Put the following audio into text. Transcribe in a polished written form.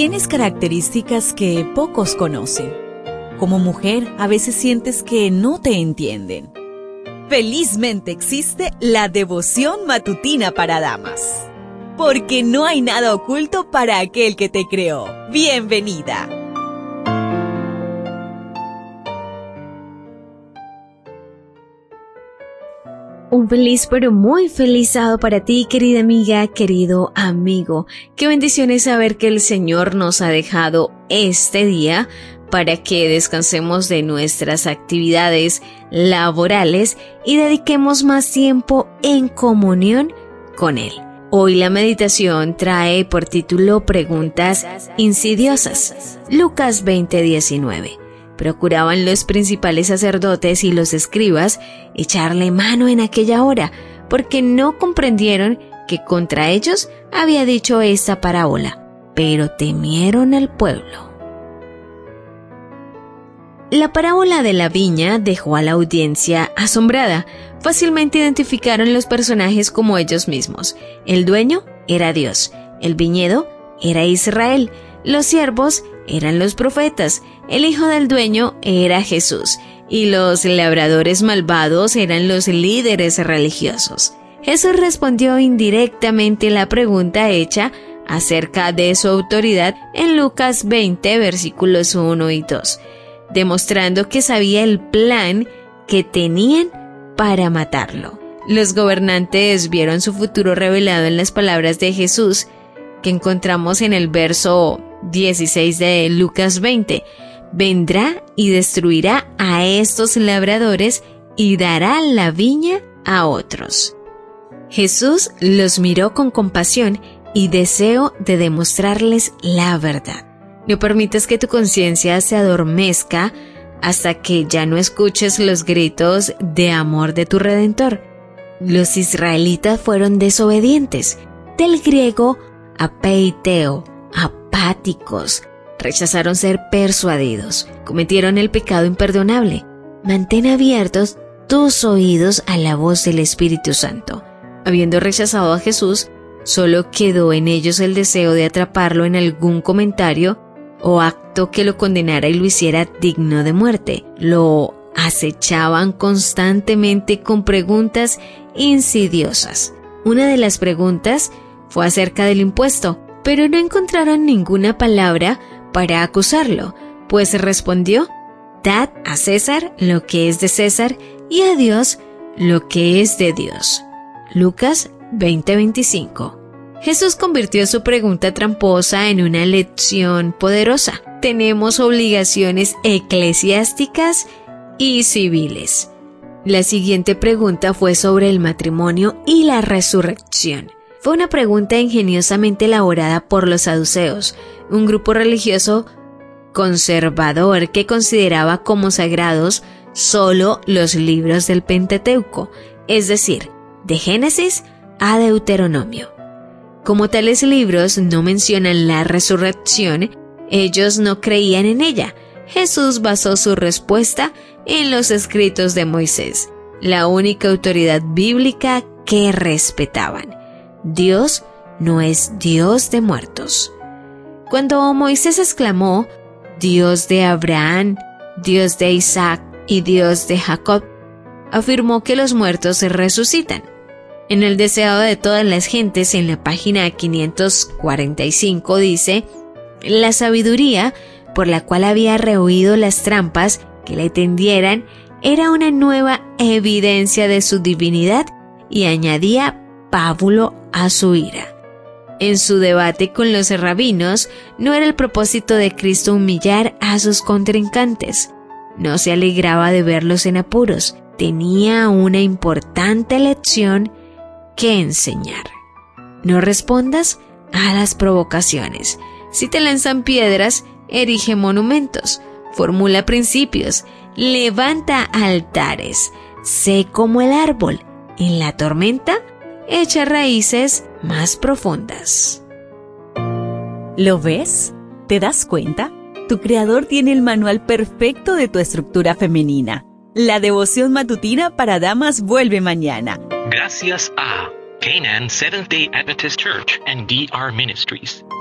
Tienes características que pocos conocen. Como mujer, a veces sientes que no te entienden. Felizmente existe la devoción matutina para damas. Porque no hay nada oculto para aquel que te creó. ¡Bienvenida! Un feliz pero muy feliz sábado para ti, querida amiga, querido amigo. Qué bendición es saber que el Señor nos ha dejado este día para que descansemos de nuestras actividades laborales y dediquemos más tiempo en comunión con Él. Hoy la meditación trae por título Preguntas insidiosas. Lucas 20:19. Procuraban los principales sacerdotes y los escribas echarle mano en aquella hora, porque no comprendieron que contra ellos había dicho esta parábola, pero temieron al pueblo. La parábola de la viña dejó a la audiencia asombrada. Fácilmente identificaron los personajes como ellos mismos. El dueño era Dios, el viñedo era Israel, los siervos eran los profetas, el hijo del dueño era Jesús y los labradores malvados eran los líderes religiosos. Jesús respondió indirectamente la pregunta hecha acerca de su autoridad en Lucas 20, versículos 1 y 2, demostrando que sabía el plan que tenían para matarlo. Los gobernantes vieron su futuro revelado en las palabras de Jesús, que encontramos en el verso 16 de Lucas 20. Vendrá y destruirá a estos labradores y dará la viña a otros. Jesús los miró con compasión y deseo de demostrarles la verdad. No permitas que tu conciencia se adormezca hasta que ya no escuches los gritos de amor de tu Redentor. Los israelitas fueron desobedientes, del griego apeiteo, apáticos. Rechazaron ser persuadidos, cometieron el pecado imperdonable. Mantén abiertos tus oídos a la voz del Espíritu Santo. Habiendo rechazado a Jesús, solo quedó en ellos el deseo de atraparlo en algún comentario o acto que lo condenara y lo hiciera digno de muerte. Lo acechaban constantemente con preguntas insidiosas. Una de las preguntas fue acerca del impuesto, pero no encontraron ninguna palabra para acusarlo, pues respondió: dad a César lo que es de César y a Dios lo que es de Dios. Lucas 20:25. Jesús convirtió su pregunta tramposa en una lección poderosa. Tenemos obligaciones eclesiásticas y civiles. La siguiente pregunta fue sobre el matrimonio y la resurrección. Fue una pregunta ingeniosamente elaborada por los saduceos, un grupo religioso conservador que consideraba como sagrados solo los libros del Pentateuco, es decir, de Génesis a Deuteronomio. Como tales libros no mencionan la resurrección, ellos no creían en ella. Jesús basó su respuesta en los escritos de Moisés, la única autoridad bíblica que respetaban. Dios no es Dios de muertos. Cuando Moisés exclamó, Dios de Abraham, Dios de Isaac y Dios de Jacob, afirmó que los muertos se resucitan. En el deseado de todas las gentes, en la página 545 dice: la sabiduría por la cual había rehuido las trampas que le tendieran era una nueva evidencia de su divinidad y añadía pábulo a su ira. En su debate con los rabinos, no era el propósito de Cristo humillar a sus contrincantes. No se alegraba de verlos en apuros. Tenía una importante lección que enseñar. No respondas a las provocaciones. Si te lanzan piedras, erige monumentos, formula principios, levanta altares, sé como el árbol. En la tormenta, echa raíces más profundas. ¿Lo ves? ¿Te das cuenta? Tu Creador tiene el manual perfecto de tu estructura femenina. La devoción matutina para damas vuelve mañana. Gracias a Canaan Seventh-day Adventist Church and DR Ministries.